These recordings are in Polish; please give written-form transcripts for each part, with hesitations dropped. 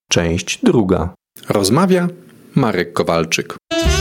Część druga. Rozmawia Marek Kowalczyk.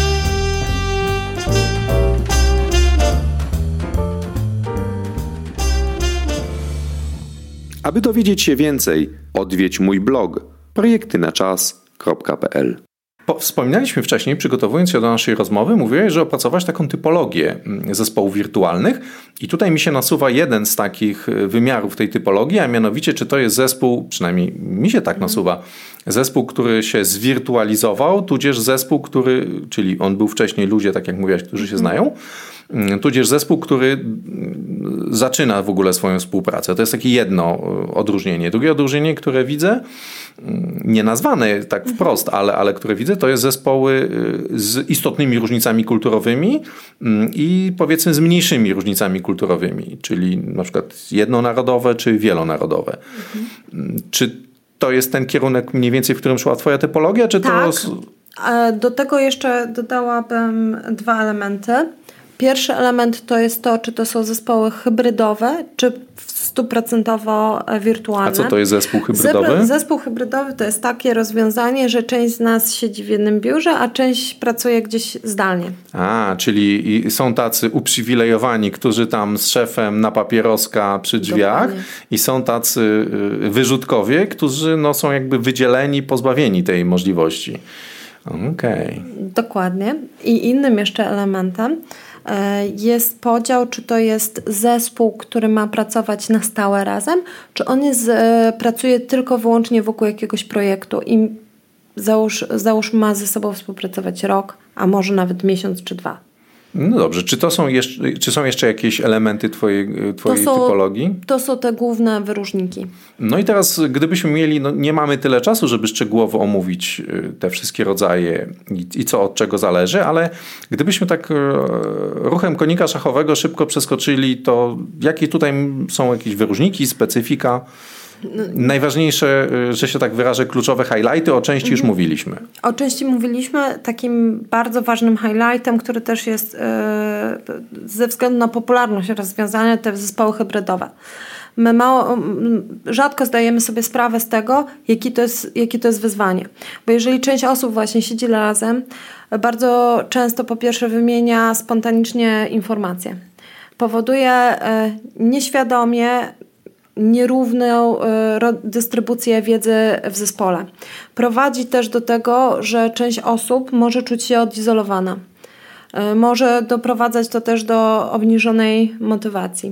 Aby dowiedzieć się więcej, odwiedź mój blog projektynaczas.pl. Wspominaliśmy wcześniej, przygotowując się do naszej rozmowy, mówiłeś, że opracować taką typologię zespołów wirtualnych i tutaj mi się nasuwa jeden z takich wymiarów tej typologii, a mianowicie czy to jest zespół, przynajmniej mi się tak nasuwa, zespół, który się zwirtualizował, tudzież zespół, czyli on był wcześniej ludzie, tak jak mówiłaś, którzy się znają, tudzież zespół, który zaczyna w ogóle swoją współpracę. To jest takie jedno odróżnienie. Drugie odróżnienie, które widzę, nie nazwane tak wprost, ale które widzę, to jest zespoły z istotnymi różnicami kulturowymi i powiedzmy z mniejszymi różnicami kulturowymi, czyli na przykład jednonarodowe czy wielonarodowe. Czy to jest ten kierunek mniej więcej, w którym szła twoja typologia? Czy tak. To... Do tego jeszcze dodałabym dwa elementy. Pierwszy element to jest to, czy to są zespoły hybrydowe, czy 100% wirtualne. A co to jest zespół hybrydowy? Zespół hybrydowy to jest takie rozwiązanie, że część z nas siedzi w jednym biurze, a część pracuje gdzieś zdalnie. Czyli są tacy uprzywilejowani, którzy tam z szefem na papieroska przy drzwiach. Dokładnie. I są tacy wyrzutkowie, którzy są jakby wydzieleni, pozbawieni tej możliwości. Okej. Dokładnie. I innym jeszcze elementem jest podział, czy to jest zespół, który ma pracować na stałe razem, czy on pracuje tylko wyłącznie wokół jakiegoś projektu i załóż ma ze sobą współpracować rok, a może nawet miesiąc czy 2. No dobrze, czy są jeszcze jakieś elementy twojej typologii? To są te główne wyróżniki. No i teraz, gdybyśmy mieli, nie mamy tyle czasu, żeby szczegółowo omówić te wszystkie rodzaje i co od czego zależy, ale gdybyśmy tak ruchem konika szachowego szybko przeskoczyli, to jakie tutaj są jakieś wyróżniki, specyfika? Najważniejsze, że się tak wyrażę, kluczowe highlighty, o części już mówiliśmy. O części mówiliśmy. Takim bardzo ważnym highlightem, który też jest ze względu na popularność rozwiązania, te zespoły hybrydowe. My rzadko zdajemy sobie sprawę z tego, jakie to jest wyzwanie. Bo jeżeli część osób właśnie siedzi razem, bardzo często po pierwsze wymienia spontanicznie informacje. Powoduje nieświadomie nierówną dystrybucję wiedzy w zespole. Prowadzi też do tego, że część osób może czuć się odizolowana. Może doprowadzać to też do obniżonej motywacji.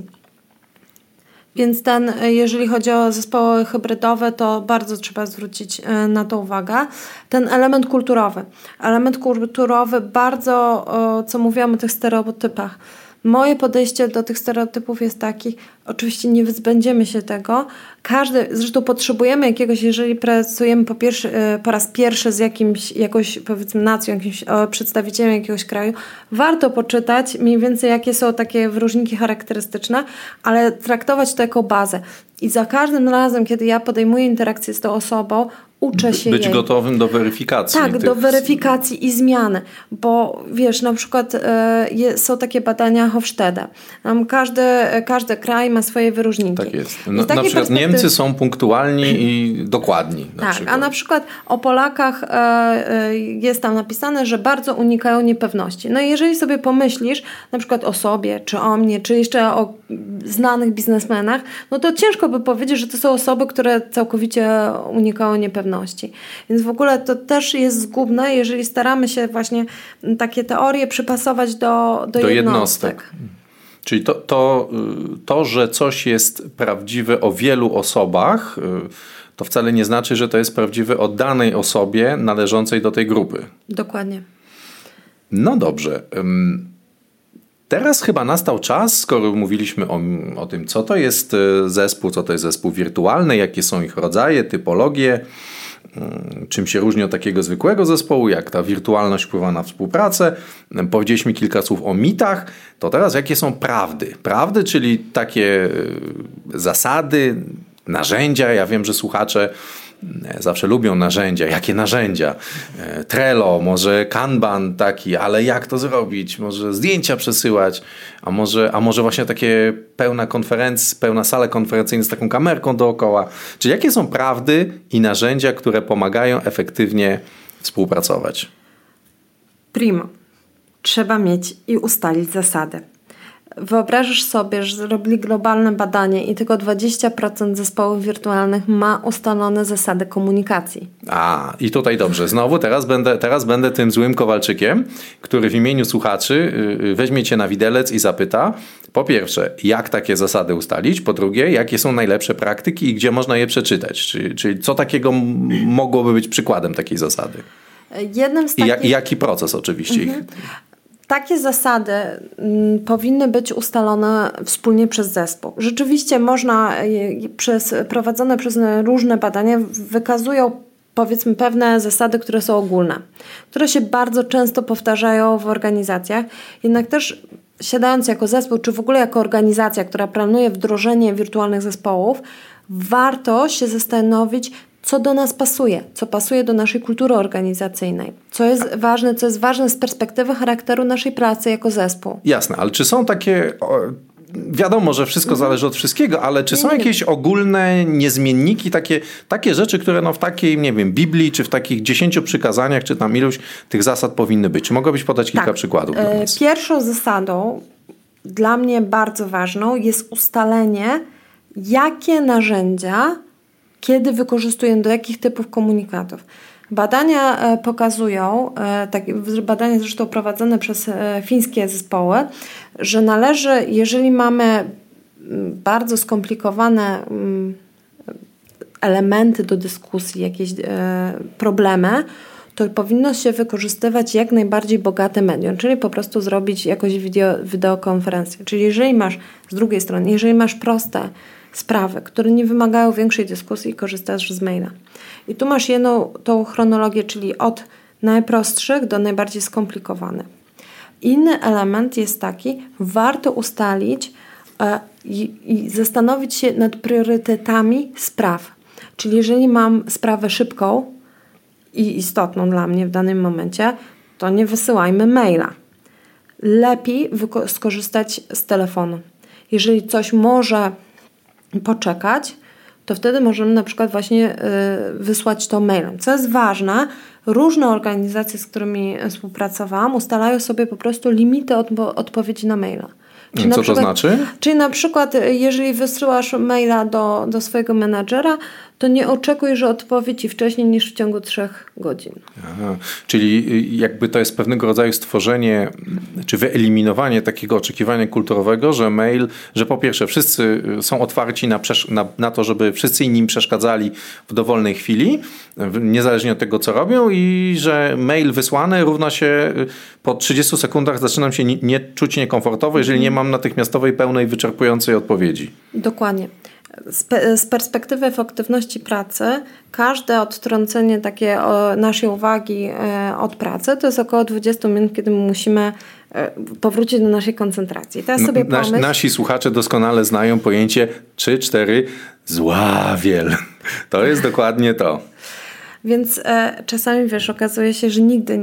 Więc jeżeli chodzi o zespoły hybrydowe, to bardzo trzeba zwrócić na to uwagę. Ten element kulturowy. Element kulturowy bardzo, co mówiłam o tych stereotypach. Moje podejście do tych stereotypów jest takie, oczywiście nie wyzbędziemy się tego. Zresztą potrzebujemy jakiegoś, jeżeli pracujemy po raz pierwszy z jakąś powiedzmy nacją, jakimś przedstawicielem jakiegoś kraju, warto poczytać mniej więcej jakie są takie wyróżniki charakterystyczne, ale traktować to jako bazę. I za każdym razem, kiedy ja podejmuję interakcję z tą osobą, uczę się być gotowym do weryfikacji. Tak, do weryfikacji i zmiany. Bo wiesz, na przykład są takie badania Hofstede. Każdy kraj ma swoje wyróżniki. Tak jest. Na przykład Niemcy są punktualni i dokładni. A na przykład o Polakach jest tam napisane, że bardzo unikają niepewności. No i jeżeli sobie pomyślisz na przykład o sobie, czy o mnie, czy jeszcze o znanych biznesmenach, no to ciężko by powiedzieć, że to są osoby, które całkowicie unikają niepewności. Więc w ogóle to też jest zgubne, jeżeli staramy się właśnie takie teorie przypasować do jednostek. Czyli to, że coś jest prawdziwe o wielu osobach, to wcale nie znaczy, że to jest prawdziwe o danej osobie należącej do tej grupy. Dokładnie. No dobrze. Teraz chyba nastał czas, skoro mówiliśmy o tym, co to jest zespół wirtualny, jakie są ich rodzaje, typologie, czym się różni od takiego zwykłego zespołu, jak ta wirtualność wpływa na współpracę. Powiedzieliśmy kilka słów o mitach. To teraz jakie są prawdy? Prawdy, czyli takie zasady, narzędzia. Ja wiem, że słuchacze zawsze lubią narzędzia. Jakie narzędzia? Trello, może Kanban taki, ale jak to zrobić? Może zdjęcia przesyłać, a może właśnie takie pełna sala konferencyjna z taką kamerką dookoła. Czyli jakie są prawdy i narzędzia, które pomagają efektywnie współpracować? Primo. Trzeba mieć i ustalić zasady. Wyobrażasz sobie, że zrobili globalne badanie i tylko 20% zespołów wirtualnych ma ustalone zasady komunikacji. I tutaj dobrze. Znowu teraz będę tym złym Kowalczykiem, który w imieniu słuchaczy weźmie cię na widelec i zapyta, po pierwsze, jak takie zasady ustalić, po drugie, jakie są najlepsze praktyki i gdzie można je przeczytać. Czyli co takiego mogłoby być przykładem takiej zasady? I jaki proces oczywiście ich? Takie zasady powinny być ustalone wspólnie przez zespół. Rzeczywiście można, prowadzone przez różne badania wykazują powiedzmy pewne zasady, które są ogólne, które się bardzo często powtarzają w organizacjach, jednak też siadając jako zespół, czy w ogóle jako organizacja, która planuje wdrożenie wirtualnych zespołów, warto się zastanowić, co do nas pasuje, co pasuje do naszej kultury organizacyjnej, co jest ważne z perspektywy charakteru naszej pracy jako zespół. Jasne, ale czy są takie, wiadomo, że wszystko zależy od wszystkiego, ale czy są jakieś ogólne niezmienniki, takie rzeczy, które w takiej, nie wiem, Biblii, czy w takich 10 przykazaniach, czy tam iluś tych zasad powinny być? Czy mogłabyś podać kilka przykładów dla nas? Pierwszą zasadą, dla mnie bardzo ważną, jest ustalenie, jakie narzędzia kiedy wykorzystujemy, do jakich typów komunikatów. Badania pokazują, badania zresztą prowadzone przez fińskie zespoły, że należy, jeżeli mamy bardzo skomplikowane elementy do dyskusji, jakieś problemy, to powinno się wykorzystywać jak najbardziej bogate medium, czyli po prostu zrobić jakąś wideokonferencję. Czyli z drugiej strony, jeżeli masz proste sprawy, które nie wymagają większej dyskusji, korzystasz z maila. I tu masz tą chronologię, czyli od najprostszych do najbardziej skomplikowanych. Inny element jest taki, warto ustalić i zastanowić się nad priorytetami spraw. Czyli jeżeli mam sprawę szybką i istotną dla mnie w danym momencie, to nie wysyłajmy maila. Lepiej skorzystać z telefonu. Jeżeli coś może poczekać, to wtedy możemy na przykład właśnie wysłać to mailem. Co jest ważne, różne organizacje, z którymi współpracowałam, ustalają sobie po prostu limity odpowiedzi na maila. Co to znaczy? Czyli na przykład, jeżeli wysyłasz maila do swojego menadżera, to nie oczekuj, że odpowie ci wcześniej niż w ciągu 3 godzin. Aha, czyli jakby to jest pewnego rodzaju stworzenie, czy wyeliminowanie takiego oczekiwania kulturowego, że mail, że po pierwsze wszyscy są otwarci na to, żeby wszyscy inni przeszkadzali w dowolnej chwili, niezależnie od tego, co robią, i że mail wysłany równa się po 30 sekundach zaczynam się nie czuć niekomfortowo, jeżeli nie mam natychmiastowej, pełnej, wyczerpującej odpowiedzi. Dokładnie. Z perspektywy efektywności pracy każde odtrącenie takie naszej uwagi od pracy to jest około 20 minut, kiedy musimy powrócić do naszej koncentracji. Teraz sobie nasi słuchacze doskonale znają pojęcie 3-4 zławiel. To jest dokładnie to. Więc czasami, okazuje się, że nigdy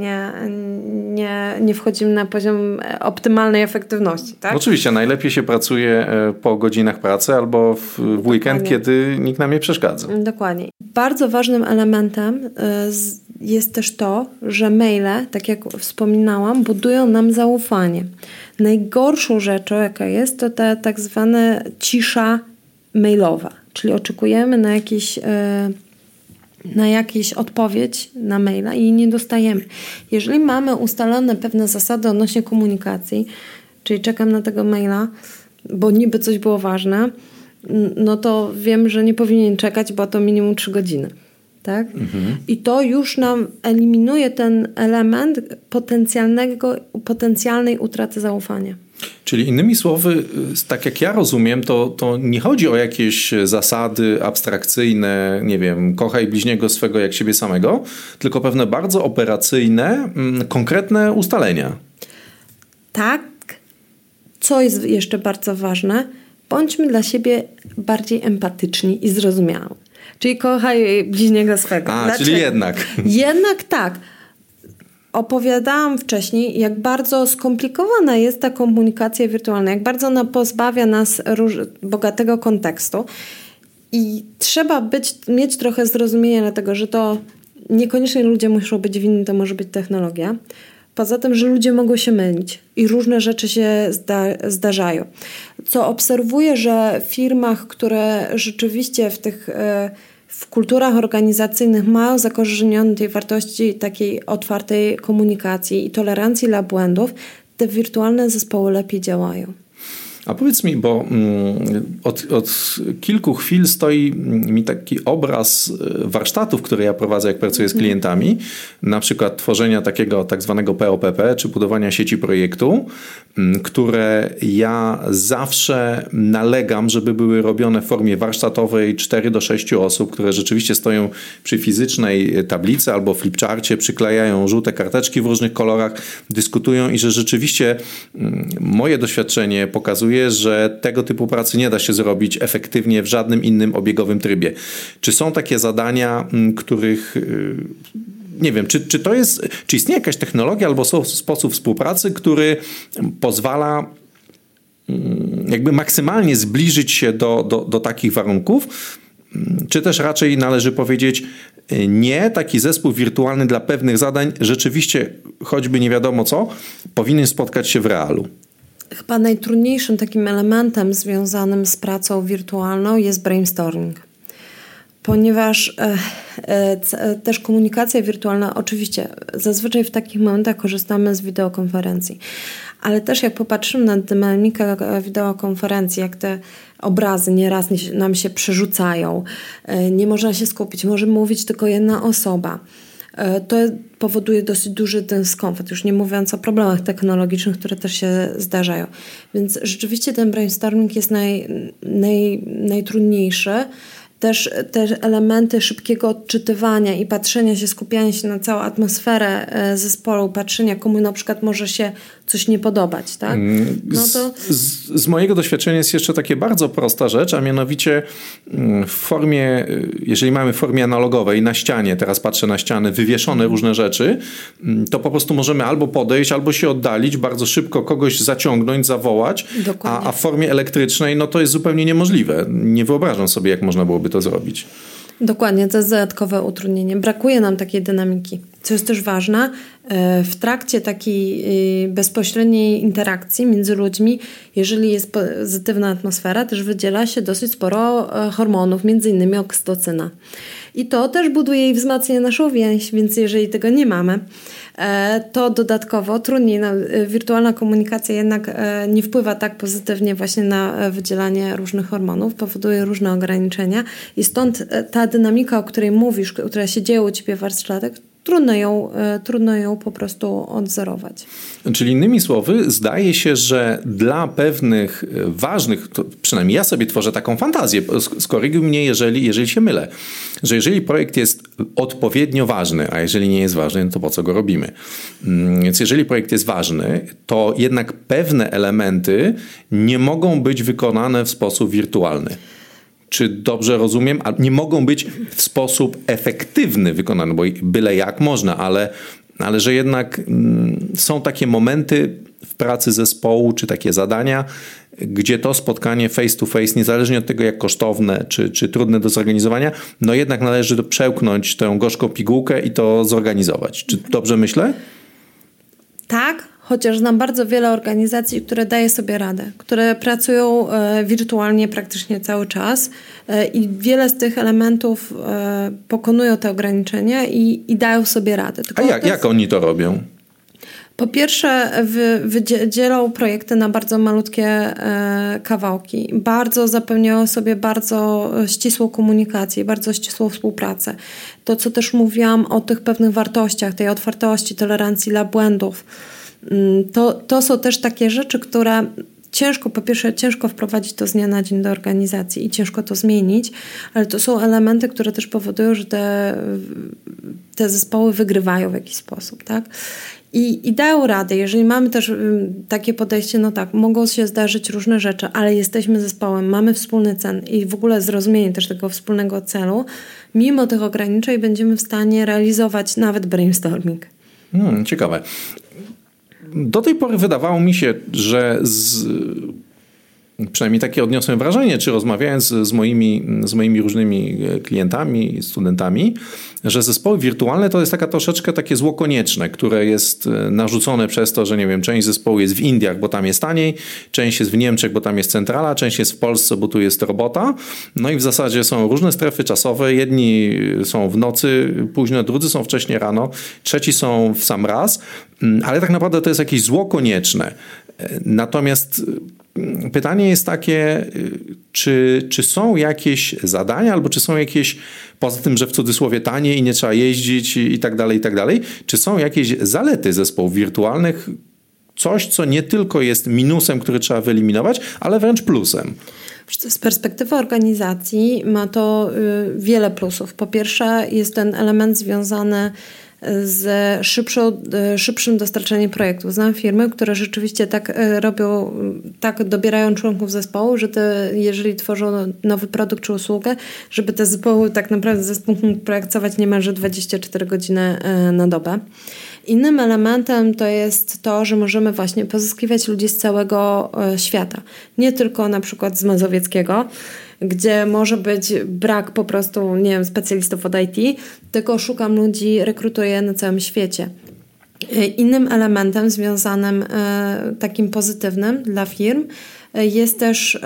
nie wchodzimy na poziom optymalnej efektywności. Tak? Oczywiście, najlepiej się pracuje po godzinach pracy albo w weekend, kiedy nikt nam nie przeszkadza. Dokładnie. Bardzo ważnym elementem jest też to, że maile, tak jak wspominałam, budują nam zaufanie. Najgorszą rzeczą, jaka jest, to ta tak zwana cisza mailowa, czyli oczekujemy na jakąś odpowiedź na maila i nie dostajemy. Jeżeli mamy ustalone pewne zasady odnośnie komunikacji, czyli czekam na tego maila, bo niby coś było ważne, no to wiem, że nie powinien czekać, bo to minimum 3 godziny. Tak? I to już nam eliminuje ten element potencjalnej utraty zaufania. Czyli innymi słowy, tak jak ja rozumiem, to nie chodzi o jakieś zasady abstrakcyjne, nie wiem, kochaj bliźniego swego jak siebie samego, tylko pewne bardzo operacyjne, konkretne ustalenia. Tak. Co jest jeszcze bardzo ważne, bądźmy dla siebie bardziej empatyczni i zrozumiali. Czyli kochaj bliźniego swego. Czyli jednak. Jednak tak. Opowiadałam wcześniej, jak bardzo skomplikowana jest ta komunikacja wirtualna, jak bardzo ona pozbawia nas bogatego kontekstu i trzeba mieć trochę zrozumienia dlatego, że to niekoniecznie ludzie muszą być winni, to może być technologia. Poza tym, że ludzie mogą się mylić i różne rzeczy się zdarzają. Co obserwuję, że w firmach, które rzeczywiście w kulturach organizacyjnych mają zakorzenione tej wartości takiej otwartej komunikacji i tolerancji dla błędów, te wirtualne zespoły lepiej działają. A powiedz mi, bo od kilku chwil stoi mi taki obraz warsztatów, które ja prowadzę, jak pracuję z klientami, na przykład tworzenia takiego tak zwanego POPP, czy budowania sieci projektu, które ja zawsze nalegam, żeby były robione w formie warsztatowej 4 do 6 osób, które rzeczywiście stoją przy fizycznej tablicy albo flipcharcie, przyklejają żółte karteczki w różnych kolorach, dyskutują i że rzeczywiście moje doświadczenie pokazuje, że tego typu pracy nie da się zrobić efektywnie w żadnym innym obiegowym trybie. Czy są takie zadania, których nie wiem, czy istnieje jakaś technologia albo sposób współpracy, który pozwala jakby maksymalnie zbliżyć się do takich warunków? Czy też raczej należy powiedzieć, nie, taki zespół wirtualny dla pewnych zadań rzeczywiście, choćby nie wiadomo co, powinien spotkać się w realu? Chyba najtrudniejszym takim elementem związanym z pracą wirtualną jest brainstorming. Ponieważ też komunikacja wirtualna, oczywiście zazwyczaj w takich momentach korzystamy z wideokonferencji, ale też jak popatrzymy na dynamikę wideokonferencji, jak te obrazy nieraz nam się przerzucają, nie można się skupić, może mówić tylko jedna osoba. To powoduje dosyć duży dyskomfort, już nie mówiąc o problemach technologicznych, które też się zdarzają. Więc rzeczywiście ten brainstorming jest najtrudniejszy. Też te elementy szybkiego odczytywania i patrzenia się, skupiania się na całą atmosferę zespołu, patrzenia, komu na przykład może się coś nie podobać. Tak? Z mojego doświadczenia jest jeszcze takie bardzo prosta rzecz, a mianowicie w formie, jeżeli mamy w formie analogowej na ścianie, teraz patrzę na ściany, wywieszone różne rzeczy, to po prostu możemy albo podejść, albo się oddalić, bardzo szybko kogoś zaciągnąć, zawołać, a w formie elektrycznej to jest zupełnie niemożliwe. Nie wyobrażam sobie, jak można byłoby to zrobić. Dokładnie, to jest dodatkowe utrudnienie. Brakuje nam takiej dynamiki. Co jest też ważne, w trakcie takiej bezpośredniej interakcji między ludźmi, jeżeli jest pozytywna atmosfera, też wydziela się dosyć sporo hormonów, między innymi oksytocyna. I to też buduje i wzmacnia naszą więź, więc jeżeli tego nie mamy, to dodatkowo trudniej. Wirtualna komunikacja jednak nie wpływa tak pozytywnie właśnie na wydzielanie różnych hormonów, powoduje różne ograniczenia i stąd ta dynamika, o której mówisz, która się dzieje u ciebie w warsztatach, trudno ją po prostu odwzorować. Czyli innymi słowy, zdaje się, że dla pewnych ważnych, to przynajmniej ja sobie tworzę taką fantazję, skoryguj mnie, jeżeli się mylę, że jeżeli projekt jest odpowiednio ważny, a jeżeli nie jest ważny, to po co go robimy? Więc jeżeli projekt jest ważny, to jednak pewne elementy nie mogą być wykonane w sposób wirtualny. Czy dobrze rozumiem? A nie mogą być w sposób efektywny wykonane, bo byle jak można, ale że jednak są takie momenty w pracy zespołu, czy takie zadania, gdzie to spotkanie face to face, niezależnie od tego jak kosztowne, czy trudne do zorganizowania, jednak należy przełknąć tę gorzką pigułkę i to zorganizować. Czy dobrze myślę? Tak, chociaż znam bardzo wiele organizacji, które daje sobie radę, które pracują wirtualnie praktycznie cały czas i wiele z tych elementów pokonują te ograniczenia i dają sobie radę. Tylko jak oni to robią? Po pierwsze wydzielą projekty na bardzo malutkie kawałki. Bardzo zapewniają sobie bardzo ścisłą komunikację, bardzo ścisłą współpracę. To, co też mówiłam o tych pewnych wartościach, tej otwartości, tolerancji dla błędów. To są też takie rzeczy, które po pierwsze ciężko wprowadzić to z dnia na dzień do organizacji i ciężko to zmienić, ale to są elementy, które też powodują, że te zespoły wygrywają w jakiś sposób, tak? I dają radę. Jeżeli mamy też takie podejście, no tak, mogą się zdarzyć różne rzeczy, ale jesteśmy zespołem, mamy wspólny cel i w ogóle zrozumienie też tego wspólnego celu, mimo tych ograniczeń będziemy w stanie realizować nawet brainstorming. Ciekawe. Do tej pory wydawało mi się, że przynajmniej takie odniosłem wrażenie, czy rozmawiając z moimi różnymi klientami, studentami, że zespoły wirtualne to jest troszeczkę takie zło konieczne, które jest narzucone przez to, że nie wiem, część zespołu jest w Indiach, bo tam jest taniej, część jest w Niemczech, bo tam jest centrala, część jest w Polsce, bo tu jest robota. No i w zasadzie są różne strefy czasowe. Jedni są w nocy późno, drudzy są wcześnie rano, trzeci są w sam raz, ale tak naprawdę to jest jakieś zło konieczne. Natomiast pytanie jest takie, czy są jakieś zadania, albo czy są jakieś, poza tym, że w cudzysłowie tanie i nie trzeba jeździć i tak dalej, czy są jakieś zalety zespołów wirtualnych, coś, co nie tylko jest minusem, który trzeba wyeliminować, ale wręcz plusem? Z perspektywy organizacji ma to wiele plusów. Po pierwsze jest ten element związany z szybszym dostarczaniem projektów. Znam firmy, które rzeczywiście tak robią, tak dobierają członków zespołu, że jeżeli tworzą nowy produkt czy usługę, żeby te zespoły tak naprawdę zespół mógł pracować niemalże 24 godziny na dobę. Innym elementem to jest to, że możemy właśnie pozyskiwać ludzi z całego świata. Nie tylko na przykład z mazowieckiego, gdzie może być brak po prostu, nie wiem, specjalistów od IT, tylko szukam ludzi, rekrutuję na całym świecie. Innym elementem związanym takim pozytywnym dla firm jest też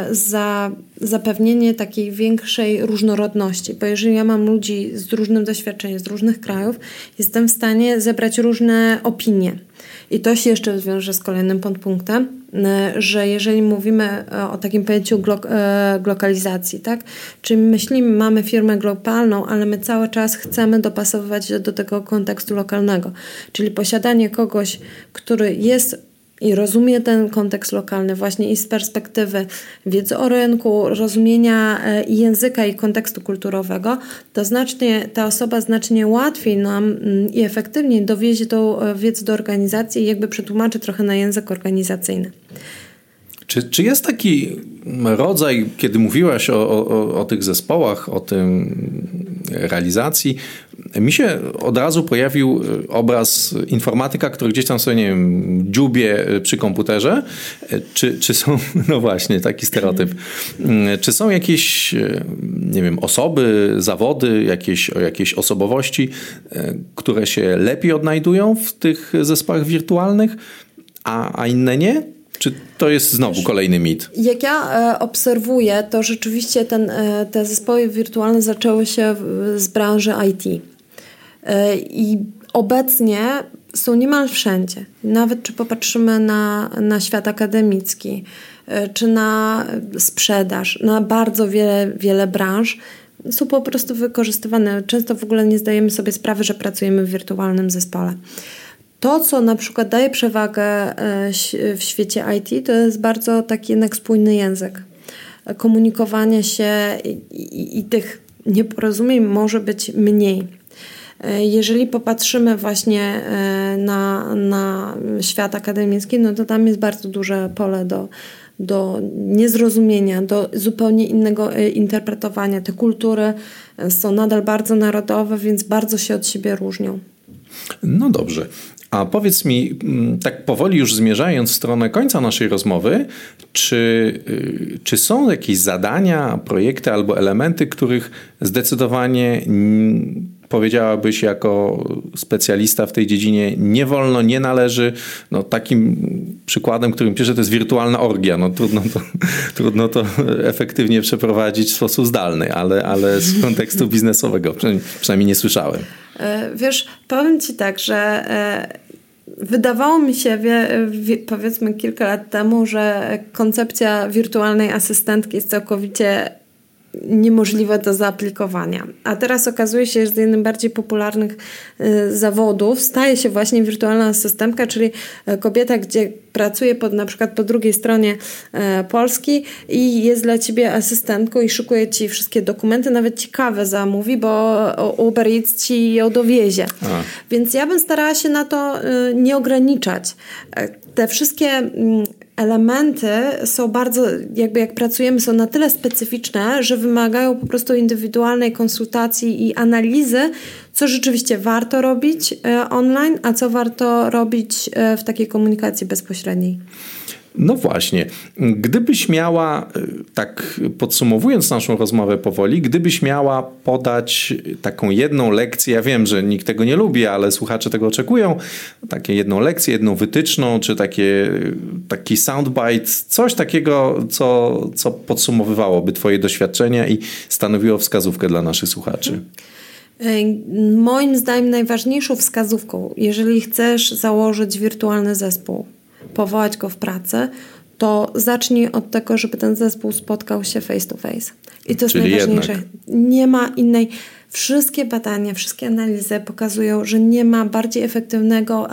zapewnienie takiej większej różnorodności, bo jeżeli ja mam ludzi z różnym doświadczeniem, z różnych krajów, jestem w stanie zebrać różne opinie. I to się jeszcze wiąże z kolejnym podpunktem, że jeżeli mówimy o takim pojęciu glokalizacji, tak? Czyli myślimy, mamy firmę globalną, ale my cały czas chcemy dopasowywać do tego kontekstu lokalnego. Czyli posiadanie kogoś, który jest i rozumie ten kontekst lokalny właśnie i z perspektywy wiedzy o rynku, rozumienia i języka i kontekstu kulturowego, to ta osoba znacznie łatwiej nam i efektywniej dowiezie tą wiedzę do organizacji i jakby przetłumaczy trochę na język organizacyjny. Czy jest taki rodzaj, kiedy mówiłaś o tych zespołach, o tym realizacji, mi się od razu pojawił obraz informatyka, który gdzieś tam sobie, nie wiem, dziubie przy komputerze. Czy są, no właśnie, taki stereotyp. Czy są jakieś, nie wiem, osoby, zawody, jakieś osobowości, które się lepiej odnajdują w tych zespołach wirtualnych, a inne nie? Czy to jest znowu kolejny mit? Jak ja obserwuję, to rzeczywiście te zespoły wirtualne zaczęły się z branży IT. I obecnie są niemal wszędzie. Nawet czy popatrzymy na świat akademicki, czy na sprzedaż, na bardzo wiele branż, są po prostu wykorzystywane. Często w ogóle nie zdajemy sobie sprawy, że pracujemy w wirtualnym zespole. To, co na przykład daje przewagę w świecie IT, to jest bardzo taki jednak spójny język. Komunikowanie się i tych nieporozumień może być mniej. Jeżeli popatrzymy właśnie na świat akademicki, no to tam jest bardzo duże pole do niezrozumienia, do zupełnie innego interpretowania. Te kultury są nadal bardzo narodowe, więc bardzo się od siebie różnią. No dobrze. A powiedz mi, tak powoli już zmierzając w stronę końca naszej rozmowy, czy są jakieś zadania, projekty albo elementy, których zdecydowanie powiedziałabyś jako specjalista w tej dziedzinie nie wolno, nie należy? No, takim przykładem, którym pierwsze to jest wirtualna orgia. No, trudno to efektywnie przeprowadzić w sposób zdalny, ale z kontekstu biznesowego przynajmniej nie słyszałem. Wiesz, powiem Ci tak, że wydawało mi się, powiedzmy kilka lat temu, że koncepcja wirtualnej asystentki jest całkowicie niemożliwe do zaaplikowania. A teraz okazuje się, że z jednym bardziej popularnych zawodów staje się właśnie wirtualna asystentka, czyli kobieta, gdzie pracuje na przykład po drugiej stronie Polski i jest dla ciebie asystentką i szykuje ci wszystkie dokumenty, nawet ci kawę zamówi, bo Uber Eats ci ją dowiezie. Więc ja bym starała się na to nie ograniczać. Te wszystkie elementy są bardzo, jak pracujemy, są na tyle specyficzne, że wymagają po prostu indywidualnej konsultacji i analizy, co rzeczywiście warto robić online, a co warto robić w takiej komunikacji bezpośredniej. No właśnie. Gdybyś miała, tak podsumowując naszą rozmowę powoli, gdybyś miała podać taką jedną lekcję, ja wiem, że nikt tego nie lubi, ale słuchacze tego oczekują, takie jedną lekcję, jedną wytyczną, czy taki soundbite, coś takiego, co podsumowywałoby twoje doświadczenia i stanowiło wskazówkę dla naszych słuchaczy. Moim zdaniem najważniejszą wskazówką, jeżeli chcesz założyć wirtualny zespół, powołać go w pracę, to zacznij od tego, żeby ten zespół spotkał się face to face. I to jest najważniejsze. Jednak. Nie ma innej. Wszystkie badania, wszystkie analizy pokazują, że nie ma bardziej efektywnego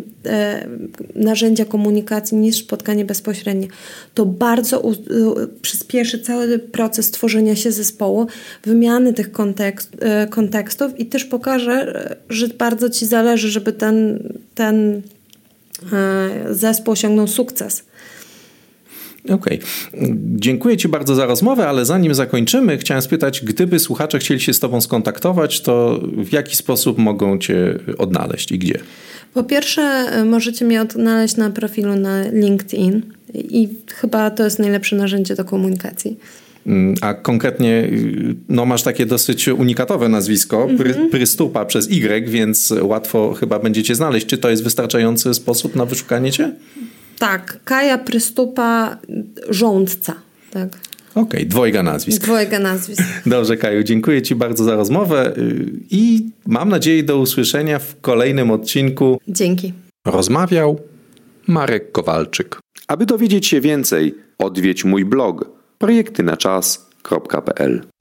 narzędzia komunikacji niż spotkanie bezpośrednie. To bardzo przyspieszy cały proces tworzenia się zespołu, wymiany tych kontekstów i też pokaże, że bardzo ci zależy, żeby ten zespół osiągnął sukces. Okej. Dziękuję ci bardzo za rozmowę, ale zanim zakończymy, chciałem spytać, gdyby słuchacze chcieli się z tobą skontaktować, to w jaki sposób mogą cię odnaleźć i gdzie? Po pierwsze, możecie mnie odnaleźć na profilu na LinkedIn i chyba to jest najlepsze narzędzie do komunikacji. A konkretnie masz takie dosyć unikatowe nazwisko, Prystupa przez Y, więc łatwo chyba będziecie znaleźć. Czy to jest wystarczający sposób na wyszukanie cię? Tak, Kaja Prystupa Rządca. Tak. Okej, dwojga nazwisk. Dobrze, Kaju, dziękuję ci bardzo za rozmowę i mam nadzieję do usłyszenia w kolejnym odcinku. Dzięki. Rozmawiał Marek Kowalczyk. Aby dowiedzieć się więcej, odwiedź mój blog projektynaczas.pl